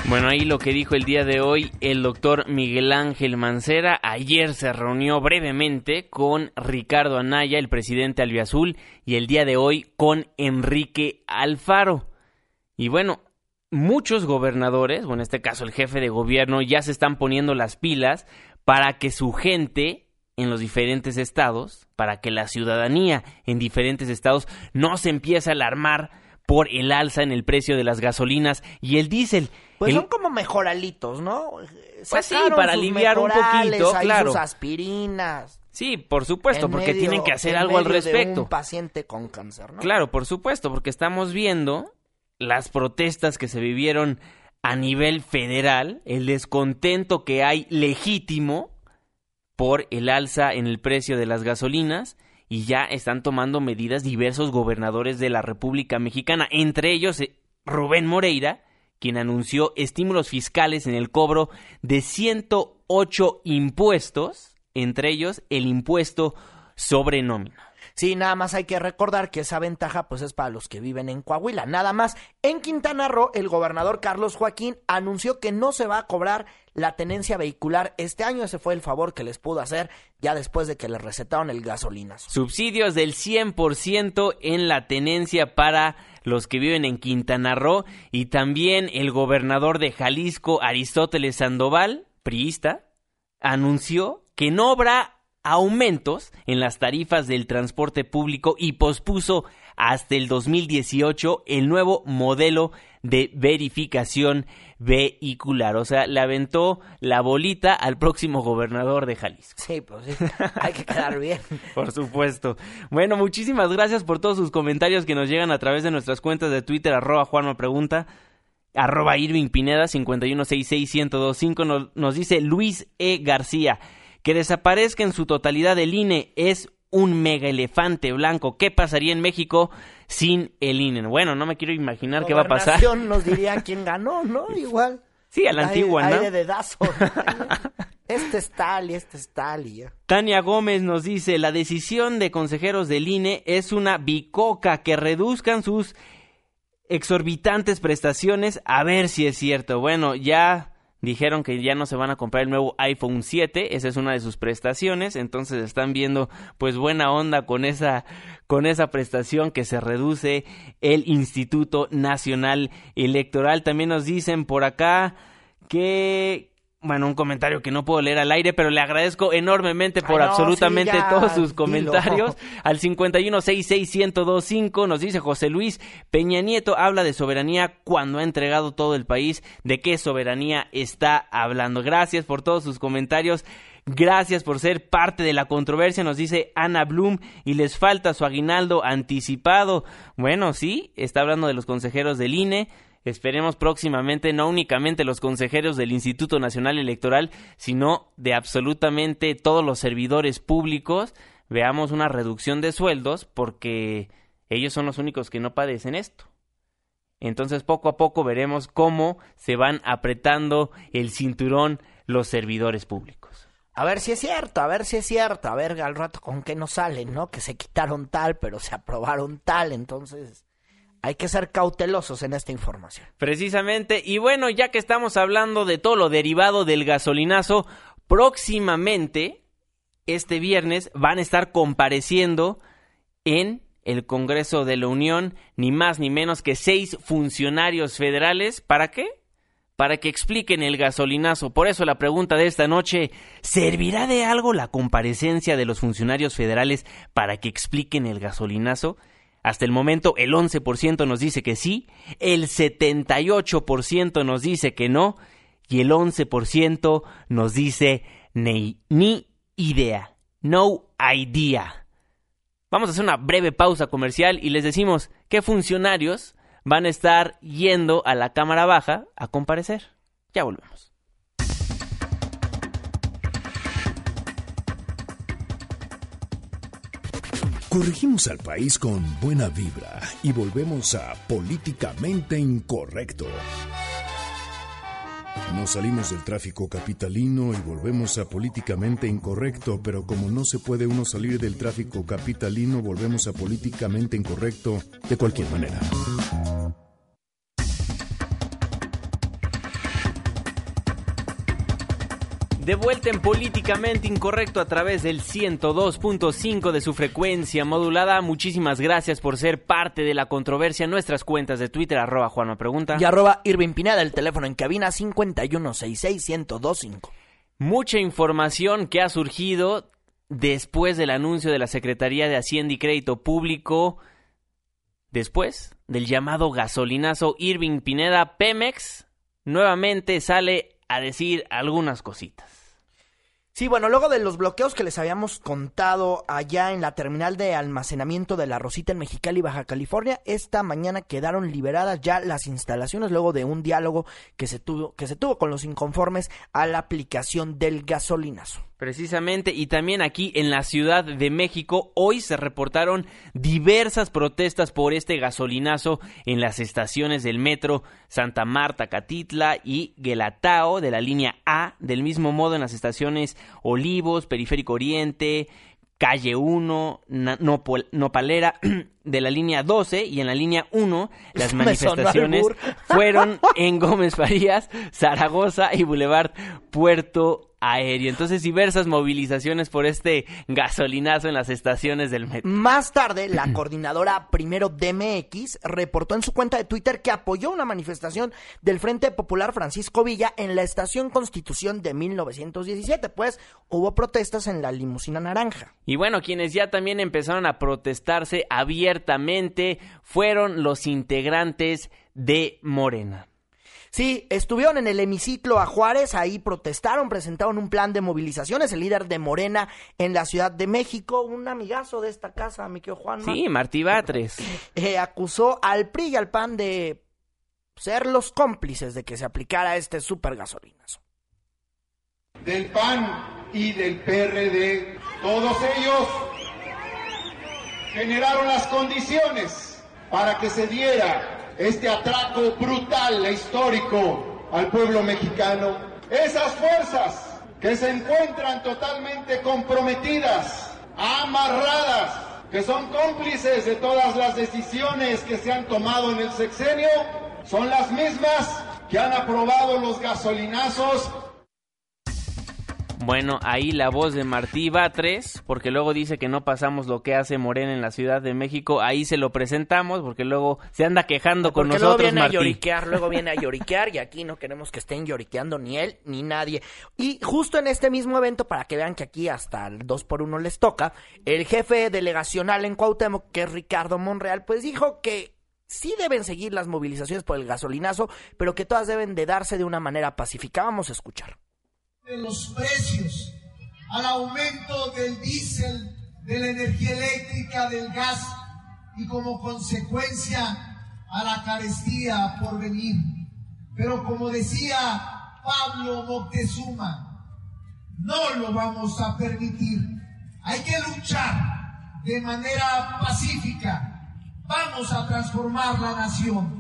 Bueno, ahí lo que dijo el día de hoy el doctor Miguel Ángel Mancera. Ayer se reunió brevemente con Ricardo Anaya, el presidente albiazul, y el día de hoy con Enrique Alfaro. Y bueno, muchos gobernadores, o en este caso el jefe de gobierno, ya se están poniendo las pilas para que su gente en los diferentes estados, para que la ciudadanía en diferentes estados no se empiece a alarmar por el alza en el precio de las gasolinas y el diésel. Pues son como mejoralitos, ¿no? Pues sí, para aliviar un poquito, claro. Sus aspirinas. Sí, por supuesto, porque tienen que hacer algo al respecto. De un paciente con cáncer, ¿no? Claro, por supuesto, porque estamos viendo las protestas que se vivieron a nivel federal, el descontento que hay legítimo por el alza en el precio de las gasolinas, y ya están tomando medidas diversos gobernadores de la República Mexicana, entre ellos Rubén Moreira, quien anunció estímulos fiscales en el cobro de 108 impuestos, entre ellos el impuesto sobre nómina. Sí, nada más hay que recordar que esa ventaja pues es para los que viven en Coahuila. Nada más, en Quintana Roo, el gobernador Carlos Joaquín anunció que no se va a cobrar la tenencia vehicular este año. Ese fue el favor que les pudo hacer ya después de que les recetaron el gasolinazo. Subsidios del 100% en la tenencia para los que viven en Quintana Roo. Y también el gobernador de Jalisco, Aristóteles Sandoval, priista, anunció que no habrá aumentos en las tarifas del transporte público y pospuso hasta el 2018 el nuevo modelo de verificación vehicular. O sea, le aventó la bolita al próximo gobernador de Jalisco. Sí, pues sí, hay que quedar bien. Por supuesto. Bueno, muchísimas gracias por todos sus comentarios que nos llegan a través de nuestras cuentas de Twitter, @JuanmaPregunta, @Irving Pineda, 5166125, nos dice Luis E. García. Que desaparezca en su totalidad el INE es un mega elefante blanco. ¿Qué pasaría en México sin el INE? Bueno, no me quiero imaginar qué va a pasar. Nos diría quién ganó, ¿no? Igual. Sí, a la antigua, ¿no? Aire de dedazo. Este es tal y este es tal y ya. Tania Gómez nos dice, la decisión de consejeros del INE es una bicoca, que reduzcan sus exorbitantes prestaciones, a ver si es cierto. Bueno, ya dijeron que ya no se van a comprar el nuevo iPhone 7, esa es una de sus prestaciones, entonces están viendo pues buena onda con esa prestación que se reduce el Instituto Nacional Electoral. También nos dicen por acá que, bueno, un comentario que no puedo leer al aire, pero le agradezco enormemente por absolutamente todos sus comentarios. Al 5166125 nos dice José Luis, Peña Nieto habla de soberanía cuando ha entregado todo el país. ¿De qué soberanía está hablando? Gracias por todos sus comentarios. Gracias por ser parte de la controversia, nos dice Ana Blum, y les falta su aguinaldo anticipado. Bueno, sí, está hablando de los consejeros del INE. Esperemos próximamente no únicamente los consejeros del Instituto Nacional Electoral, sino de absolutamente todos los servidores públicos, veamos una reducción de sueldos, porque ellos son los únicos que no padecen esto. Entonces, poco a poco veremos cómo se van apretando el cinturón los servidores públicos. A ver si es cierto, a ver al rato con qué nos salen, ¿no? Que se quitaron tal, pero se aprobaron tal, entonces hay que ser cautelosos en esta información. Precisamente, y bueno, ya que estamos hablando de todo lo derivado del gasolinazo, próximamente, este viernes, van a estar compareciendo en el Congreso de la Unión, ni más ni menos que 6 funcionarios federales. ¿Para qué? Para que expliquen el gasolinazo. Por eso la pregunta de esta noche, ¿servirá de algo la comparecencia de los funcionarios federales para que expliquen el gasolinazo? Hasta el momento el 11% nos dice que sí, el 78% nos dice que no y el 11% nos dice ni idea, no idea. Vamos a hacer una breve pausa comercial y les decimos qué funcionarios van a estar yendo a la Cámara Baja a comparecer. Ya volvemos. Corregimos al país con buena vibra y volvemos a Políticamente Incorrecto. Nos salimos del tráfico capitalino y volvemos a Políticamente Incorrecto, pero como no se puede uno salir del tráfico capitalino, volvemos a Políticamente Incorrecto de cualquier manera. De vuelta en Políticamente Incorrecto a través del 102.5 de su frecuencia modulada. Muchísimas gracias por ser parte de la controversia en nuestras cuentas de Twitter, @JuanmaPregunta. Y @Irving Pineda, el teléfono en cabina 5166125. Mucha información que ha surgido después del anuncio de la Secretaría de Hacienda y Crédito Público, después del llamado gasolinazo. Irving Pineda, Pemex nuevamente sale a decir algunas cositas. Sí, bueno, luego de los bloqueos que les habíamos contado allá en la terminal de almacenamiento de La Rosita en Mexicali, Baja California, esta mañana quedaron liberadas ya las instalaciones luego de un diálogo que se tuvo con los inconformes a la aplicación del gasolinazo. Precisamente, y también aquí en la Ciudad de México, hoy se reportaron diversas protestas por este gasolinazo en las estaciones del metro Santa Marta, Catitla y Guelatao de la línea A, del mismo modo en las estaciones Olivos, Periférico Oriente, Calle 1, Nopalera de la línea 12 y en la línea 1 las manifestaciones fueron en Gómez Farías, Zaragoza y Boulevard Puerto Aéreo. Entonces, diversas movilizaciones por este gasolinazo en las estaciones del metro. Más tarde, la coordinadora Primero DMX reportó en su cuenta de Twitter que apoyó una manifestación del Frente Popular Francisco Villa en la Estación Constitución de 1917, pues hubo protestas en la limusina naranja. Y bueno, quienes ya también empezaron a protestarse abiertamente fueron los integrantes de Morena. Sí, estuvieron en el hemiciclo a Juárez, ahí protestaron, presentaron un plan de movilizaciones, el líder de Morena en la Ciudad de México, un amigazo de esta casa, mi querido Juan. Sí, Martí Batres. Acusó al PRI y al PAN de ser los cómplices de que se aplicara este super gasolinazo. Del PAN y del PRD, todos ellos generaron las condiciones para que se diera este atraco brutal e histórico al pueblo mexicano. Esas fuerzas que se encuentran totalmente comprometidas, amarradas, que son cómplices de todas las decisiones que se han tomado en el sexenio, son las mismas que han aprobado los gasolinazos. Bueno, ahí la voz de Martí Batres, porque luego dice que no pasamos lo que hace Morena en la Ciudad de México. Ahí se lo presentamos, porque luego se anda quejando con nosotros, Martí. Luego viene a lloriquear, y aquí no queremos que estén lloriqueando ni él ni nadie. Y justo en este mismo evento, para que vean que aquí hasta el 2x1 les toca, el jefe delegacional en Cuauhtémoc, que es Ricardo Monreal, pues dijo que sí deben seguir las movilizaciones por el gasolinazo, pero que todas deben de darse de una manera pacífica. Vamos a escuchar. De los precios, al aumento del diésel, de la energía eléctrica, del gas y como consecuencia a la carestía por venir. Pero como decía Pablo Moctezuma, no lo vamos a permitir. Hay que luchar de manera pacífica. Vamos a transformar la nación.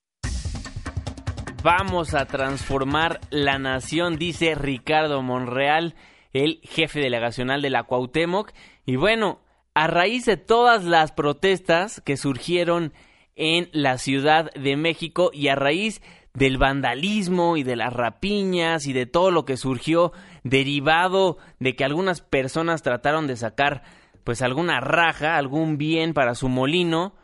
Vamos a transformar la nación, dice Ricardo Monreal, el jefe delegacional de la Cuauhtémoc. Y bueno, a raíz de todas las protestas que surgieron en la Ciudad de México y a raíz del vandalismo y de las rapiñas y de todo lo que surgió derivado de que algunas personas trataron de sacar pues alguna raja, algún bien para su molino,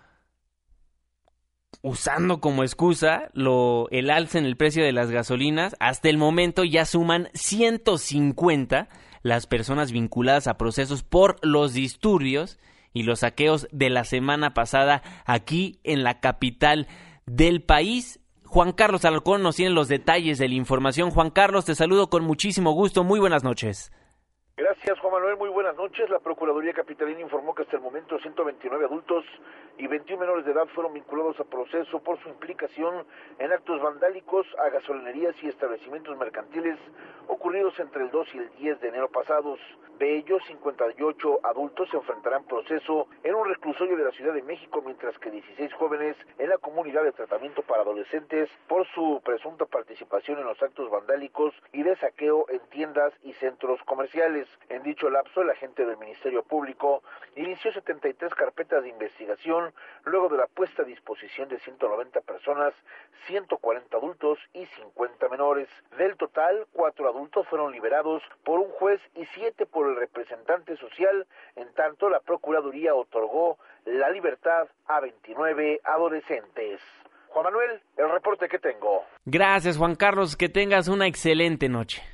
usando como excusa el alza en el precio de las gasolinas. Hasta el momento ya suman 150 las personas vinculadas a procesos por los disturbios y los saqueos de la semana pasada aquí en la capital del país. Juan Carlos Alarcón nos tiene los detalles de la información. Juan Carlos, te saludo con muchísimo gusto. Muy buenas noches. Gracias, Juan Manuel. Muy buenas noches. La Procuraduría Capitalina informó que hasta el momento 129 adultos y 21 menores de edad fueron vinculados a proceso por su implicación en actos vandálicos a gasolinerías y establecimientos mercantiles ocurridos entre el 2 y el 10 de enero pasados. De ellos, 58 adultos se enfrentarán proceso en un reclusorio de la Ciudad de México, mientras que 16 jóvenes en la comunidad de tratamiento para adolescentes por su presunta participación en los actos vandálicos y de saqueo en tiendas y centros comerciales. En dicho lapso, el agente del Ministerio Público inició 73 carpetas de investigación detención luego de la puesta a disposición de 190 personas, 140 adultos y 50 menores. Del total, 4 adultos fueron liberados por un juez y 7 por el representante social. En tanto, la Procuraduría otorgó la libertad a 29 adolescentes. Juan Manuel, el reporte que tengo. Gracias, Juan Carlos, que tengas una excelente noche.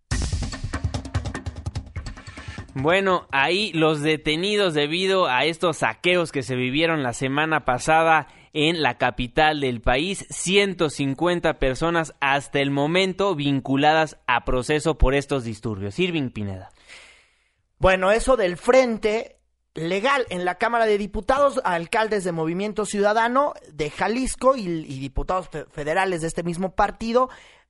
Bueno, ahí los detenidos debido a estos saqueos que se vivieron la semana pasada en la capital del país, 150 personas hasta el momento vinculadas a proceso por estos disturbios. Irving Pineda. Bueno, eso del Frente Legal en la Cámara de Diputados, alcaldes de Movimiento Ciudadano de Jalisco y diputados federales de este mismo partido,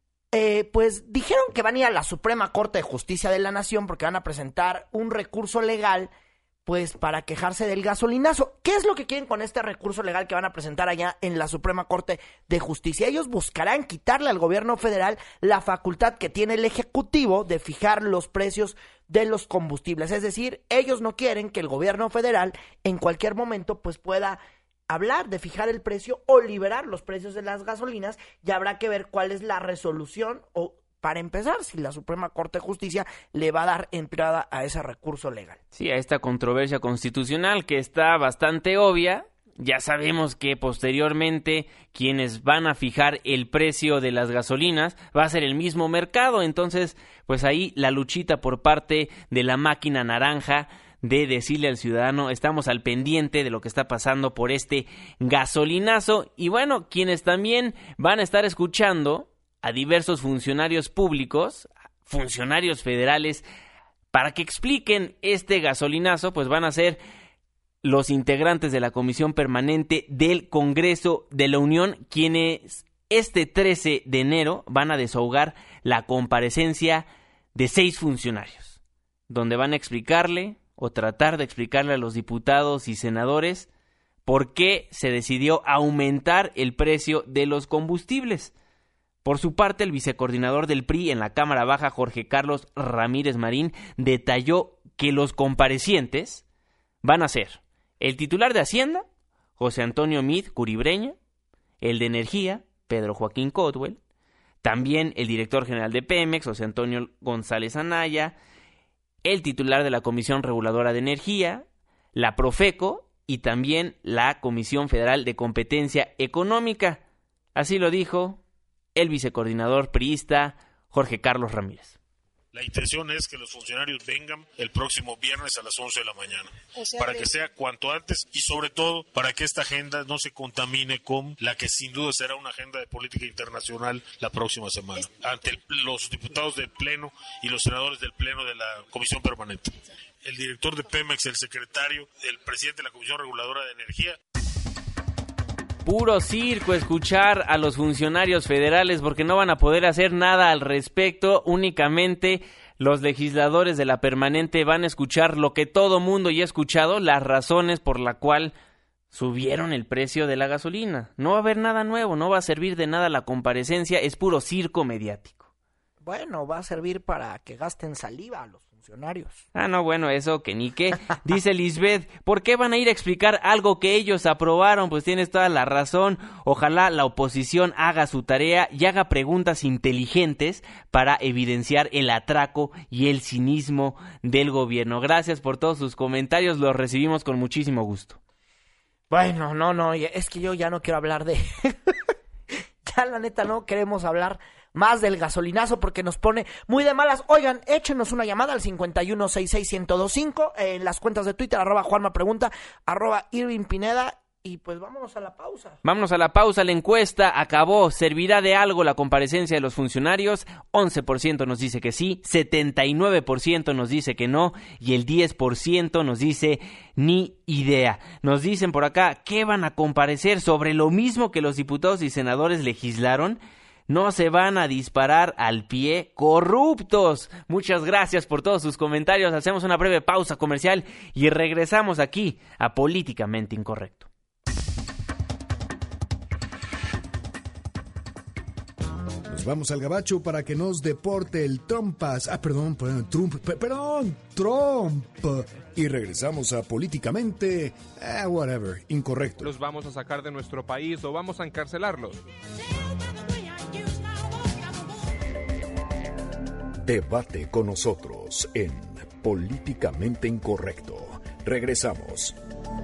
pues dijeron que van a ir a la Suprema Corte de Justicia de la Nación porque van a presentar un recurso legal pues para quejarse del gasolinazo. ¿Qué es lo que quieren con este recurso legal que van a presentar allá en la Suprema Corte de Justicia? Ellos buscarán quitarle al gobierno federal la facultad que tiene el Ejecutivo de fijar los precios de los combustibles. Es decir, ellos no quieren que el gobierno federal en cualquier momento pues pueda hablar de fijar el precio o liberar los precios de las gasolinas, y habrá que ver cuál es la resolución o, para empezar, si la Suprema Corte de Justicia le va a dar entrada a ese recurso legal. Sí, a esta controversia constitucional que está bastante obvia. Ya sabemos que posteriormente quienes van a fijar el precio de las gasolinas va a ser el mismo mercado, entonces pues ahí la luchita por parte de la máquina naranja de decirle al ciudadano, estamos al pendiente de lo que está pasando por este gasolinazo. Y bueno, quienes también van a estar escuchando a diversos funcionarios públicos, funcionarios federales, para que expliquen este gasolinazo, pues van a ser los integrantes de la Comisión Permanente del Congreso de la Unión, quienes este 13 de enero van a desahogar la comparecencia de 6 funcionarios, donde van a explicarle o tratar de explicarle a los diputados y senadores por qué se decidió aumentar el precio de los combustibles. Por su parte, el vicecoordinador del PRI en la Cámara Baja, Jorge Carlos Ramírez Marín, detalló que los comparecientes van a ser el titular de Hacienda, José Antonio Meade Curibreña, el de Energía, Pedro Joaquín Cotwell, también el director general de Pemex, José Antonio González Anaya, el titular de la Comisión Reguladora de Energía, la Profeco y también la Comisión Federal de Competencia Económica. Así lo dijo el vicecoordinador priista Jorge Carlos Ramírez. La intención es que los funcionarios vengan el próximo viernes a las 11 de la mañana, para que sea cuanto antes y sobre todo para que esta agenda no se contamine con la que sin duda será una agenda de política internacional la próxima semana, ante los diputados del Pleno y los senadores del Pleno de la Comisión Permanente. El director de Pemex, el secretario, el presidente de la Comisión Reguladora de Energía. Puro circo escuchar a los funcionarios federales porque no van a poder hacer nada al respecto. Únicamente los legisladores de la permanente van a escuchar lo que todo mundo ya ha escuchado, las razones por la cual subieron el precio de la gasolina. No va a haber nada nuevo, no va a servir de nada la comparecencia, es puro circo mediático. Bueno, va a servir para que gasten saliva a los funcionarios. Ah, no, bueno, eso que ni qué. Dice Lisbeth, ¿por qué van a ir a explicar algo que ellos aprobaron? Pues tienes toda la razón. Ojalá la oposición haga su tarea y haga preguntas inteligentes para evidenciar el atraco y el cinismo del gobierno. Gracias por todos sus comentarios, los recibimos con muchísimo gusto. Bueno, no, es que yo ya no quiero hablar de... ya la neta no queremos hablar más del gasolinazo porque nos pone muy de malas. Oigan, échenos una llamada al 51661025 en las cuentas de Twitter, @JuanmaPregunta, @Irving Pineda. Y pues vámonos a la pausa. Vámonos a la pausa, la encuesta acabó. ¿Servirá de algo la comparecencia de los funcionarios? 11% nos dice que sí, 79% nos dice que no y el 10% nos dice ni idea. Nos dicen por acá, ¿qué van a comparecer sobre lo mismo que los diputados y senadores legislaron? No se van a disparar al pie, corruptos. Muchas gracias por todos sus comentarios. Hacemos una breve pausa comercial y regresamos aquí a Políticamente Incorrecto. vamos al gabacho para que nos deporte el Trumpas. Trump. Y regresamos a políticamente, whatever, incorrecto. ¿Los vamos a sacar de nuestro país o vamos a encarcelarlos? Debate con nosotros en Políticamente Incorrecto. Regresamos.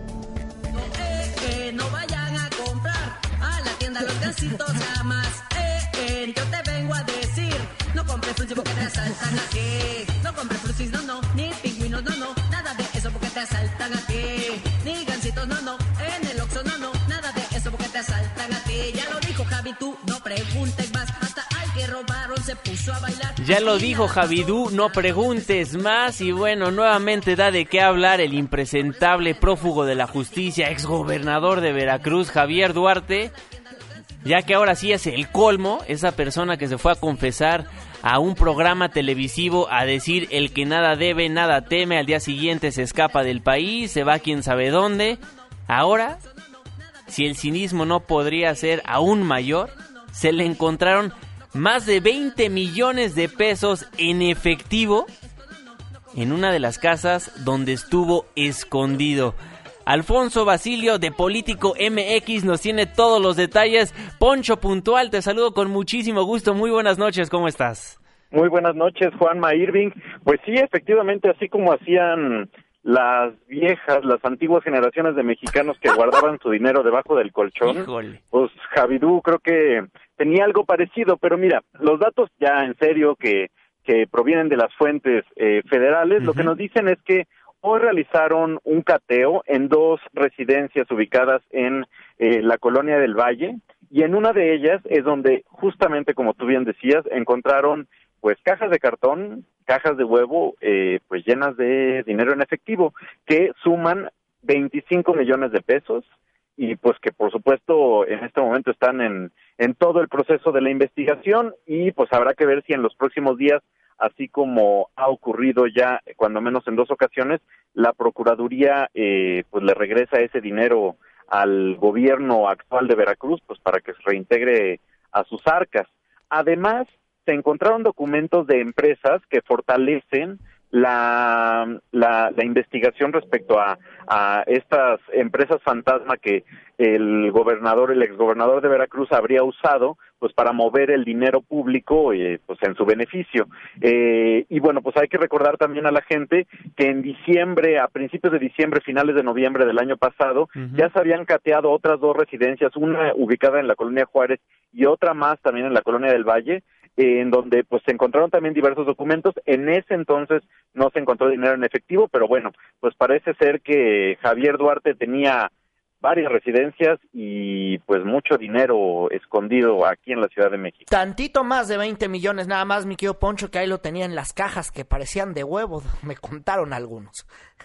No vayan a comprar a la tienda Los Gansitos jamás. Yo te vengo a decir, no compres frutsis porque te asaltan aquí. No compres frutsis, no, ni pingüinos, no, nada de eso porque te asaltan aquí. Ni gansitos, no, en el Oxxo, no, nada de eso porque te asaltan a ti. Ya lo dijo Javi, tú no preguntes más, hasta al que robaron se puso a bailar. Ya lo dijo Javidú, no preguntes más. Y bueno, nuevamente da de qué hablar el impresentable prófugo de la justicia, exgobernador de Veracruz, Javier Duarte, ya que ahora sí es el colmo, esa persona que se fue a confesar a un programa televisivo a decir el que nada debe, nada teme, al día siguiente se escapa del país, se va a quién sabe dónde. Ahora, si el cinismo no podría ser aún mayor, se le encontraron más de 20 millones de pesos en efectivo en una de las casas donde estuvo escondido. Alfonso Basilio de Político MX nos tiene todos los detalles. Poncho Puntual, te saludo con muchísimo gusto. Muy buenas noches, ¿cómo estás? Muy buenas noches, Juanma Irving. Pues sí, efectivamente, así como hacían las antiguas generaciones de mexicanos que guardaban su dinero debajo del colchón, Híjole. Pues Javidú creo que tenía algo parecido, pero mira, los datos ya en serio que provienen de las fuentes federales, lo que nos dicen es que hoy realizaron un cateo en 2 residencias ubicadas en la colonia del Valle, y en una de ellas es donde, justamente como tú bien decías, encontraron pues cajas de cartón, cajas de huevo, pues llenas de dinero en efectivo, que suman 25 millones de pesos, y pues que por supuesto en este momento están en todo el proceso de la investigación, y pues habrá que ver si en los próximos días, así como ha ocurrido ya cuando menos en 2 ocasiones, la Procuraduría pues le regresa ese dinero al gobierno actual de Veracruz, pues para que se reintegre a sus arcas. Además, se encontraron documentos de empresas que fortalecen la investigación respecto a estas empresas fantasma que el exgobernador de Veracruz habría usado pues para mover el dinero público pues en su beneficio. Y bueno, pues hay que recordar también a la gente que en diciembre, a principios de diciembre, finales de noviembre del año pasado, ya se habían cateado otras 2 residencias, una ubicada en la colonia Juárez y otra más también en la colonia del Valle, en donde pues se encontraron también diversos documentos. En ese entonces no se encontró dinero en efectivo, pero bueno, pues parece ser que Javier Duarte tenía varias residencias y pues mucho dinero escondido aquí en la Ciudad de México. Tantito más de 20 millones nada más, mi querido Poncho, que ahí lo tenía en las cajas que parecían de huevo, me contaron algunos.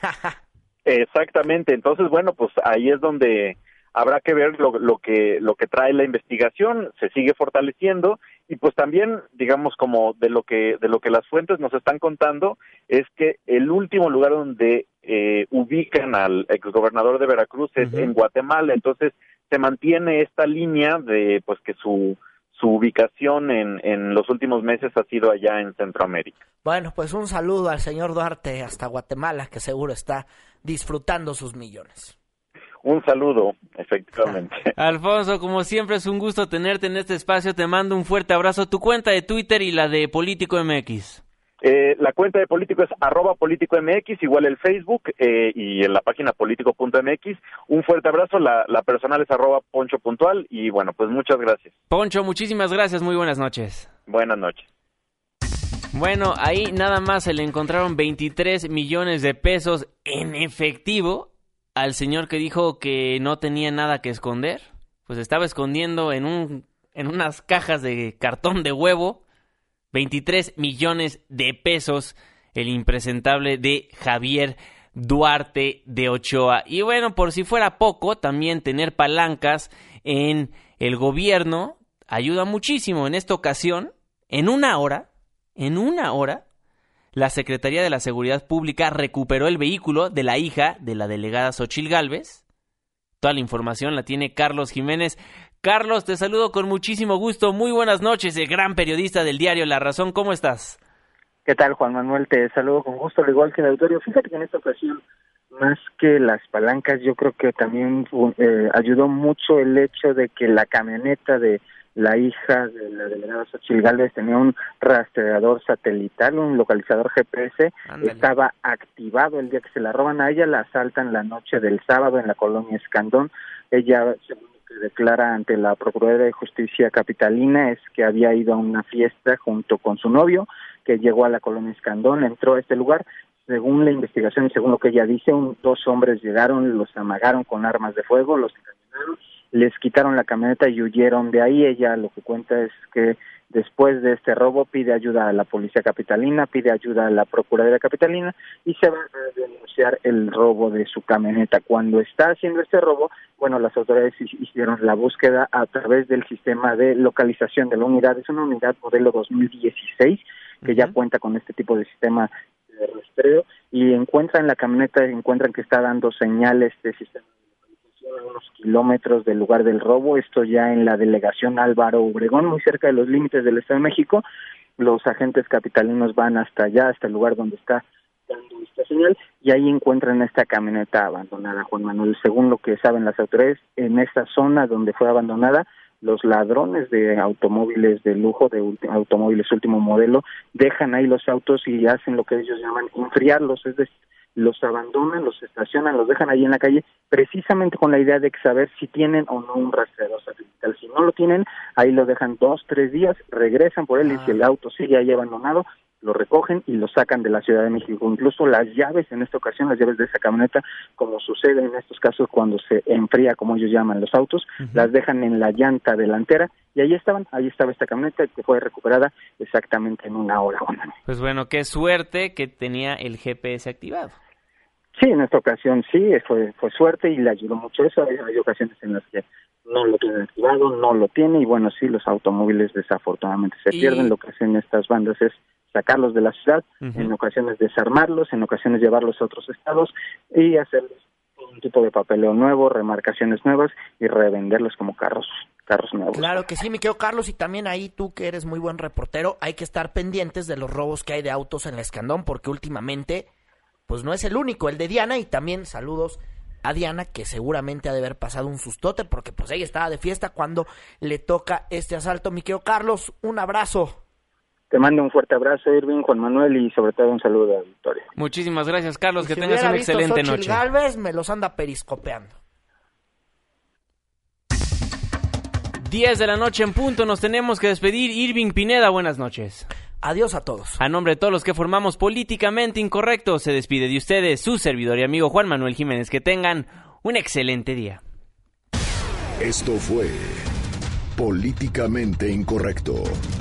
Exactamente, entonces bueno, pues ahí es donde habrá que ver lo que trae la investigación, se sigue fortaleciendo, y pues también, digamos, como de lo que las fuentes nos están contando, es que el último lugar donde ubican al exgobernador de Veracruz es en Guatemala. Entonces se mantiene esta línea de pues que su ubicación en los últimos meses ha sido allá en Centroamérica. Bueno, pues un saludo al señor Duarte hasta Guatemala, que seguro está disfrutando sus millones. Un saludo, efectivamente. Alfonso, como siempre es un gusto tenerte en este espacio, te mando un fuerte abrazo. Tu cuenta de Twitter y la de Político MX. La cuenta de Político es @PolíticoMX, igual el Facebook y en la página político.mx. Un fuerte abrazo, la personal es @PonchoPuntual, y bueno, pues muchas gracias. Poncho, muchísimas gracias, muy buenas noches. Buenas noches. Bueno, ahí nada más se le encontraron 23 millones de pesos en efectivo al señor que dijo que no tenía nada que esconder. Pues estaba escondiendo en unas cajas de cartón de huevo 23 millones de pesos el impresentable de Javier Duarte de Ochoa. Y bueno, por si fuera poco, también tener palancas en el gobierno ayuda muchísimo. En esta ocasión, en una hora, la Secretaría de la Seguridad Pública recuperó el vehículo de la hija de la delegada Xóchitl Gálvez. Toda la información la tiene Carlos Jiménez. Carlos, te saludo con muchísimo gusto. Muy buenas noches, el gran periodista del diario La Razón. ¿Cómo estás? ¿Qué tal, Juan Manuel? Te saludo con gusto, al igual que el auditorio. Fíjate que en esta ocasión, más que las palancas, yo creo que también ayudó mucho el hecho de que la camioneta de la hija de la delegada Xochitl Gálvez tenía un rastreador satelital, un localizador GPS. Ándale. Estaba activado el día que se la roban a ella, la asaltan la noche del sábado en la colonia Escandón. Ella, según lo que declara ante la Procuraduría de Justicia capitalina, es que había ido a una fiesta junto con su novio, que llegó a la colonia Escandón, entró a este lugar. Según la investigación y según lo que ella dice, dos hombres llegaron, los amagaron con armas de fuego, los encañonaron, les quitaron la camioneta y huyeron de ahí. Ella lo que cuenta es que después de este robo pide ayuda a la policía capitalina, pide ayuda a la Procuraduría capitalina y se va a denunciar el robo de su camioneta. Cuando está haciendo este robo, bueno, las autoridades hicieron la búsqueda a través del sistema de localización de la unidad. Es una unidad modelo 2016 que ya cuenta con este tipo de sistema de rastreo, y encuentran la camioneta, encuentran que está dando señales de sistema de localización a unos kilómetros del lugar del robo. Esto ya en la delegación Álvaro Obregón, muy cerca de los límites del Estado de México. Los agentes capitalinos van hasta allá, hasta el lugar donde está dando esta señal, y ahí encuentran esta camioneta abandonada, Juan Manuel. Según lo que saben las autoridades, en esta zona donde fue abandonada, los ladrones de automóviles de lujo, de automóviles último modelo, dejan ahí los autos y hacen lo que ellos llaman enfriarlos, es decir, los abandonan, los estacionan, los dejan ahí en la calle, precisamente con la idea de saber si tienen o no un rastreador satelital. Si no lo tienen, ahí lo dejan 2-3 días, regresan por él y si el auto sigue ahí abandonado, lo recogen y lo sacan de la Ciudad de México. Incluso las llaves, en esta ocasión, las llaves de esa camioneta, como sucede en estos casos cuando se enfría, como ellos llaman, los autos, las dejan en la llanta delantera y ahí estaba esta camioneta que fue recuperada exactamente en 1 hora. Pues bueno, qué suerte que tenía el GPS activado. Sí, en esta ocasión sí, fue suerte y le ayudó mucho eso. Hay ocasiones en las que no lo tienen activado, no lo tiene, y bueno, sí, los automóviles desafortunadamente se pierden. Lo que hacen estas bandas es sacarlos de la ciudad, en ocasiones desarmarlos, en ocasiones llevarlos a otros estados y hacerles un tipo de papeleo nuevo, remarcaciones nuevas y revenderlos como carros nuevos. Claro que sí, mi querido Carlos, y también ahí tú, que eres muy buen reportero, hay que estar pendientes de los robos que hay de autos en la Escandón, porque últimamente pues no es el único, el de Diana. Y también saludos a Diana, que seguramente ha de haber pasado un sustote, porque pues ella estaba de fiesta cuando le toca este asalto. Mi querido Carlos, un abrazo. Te mando un fuerte abrazo, Irving, Juan Manuel, y sobre todo un saludo a Victoria. Muchísimas gracias, Carlos, que tengas una excelente noche. Gálvez me los anda periscopeando. 10 de la noche en punto, nos tenemos que despedir. Irving Pineda, buenas noches. Adiós a todos. A nombre de todos los que formamos Políticamente Incorrecto, se despide de ustedes su servidor y amigo Juan Manuel Jiménez. Que tengan un excelente día. Esto fue Políticamente Incorrecto.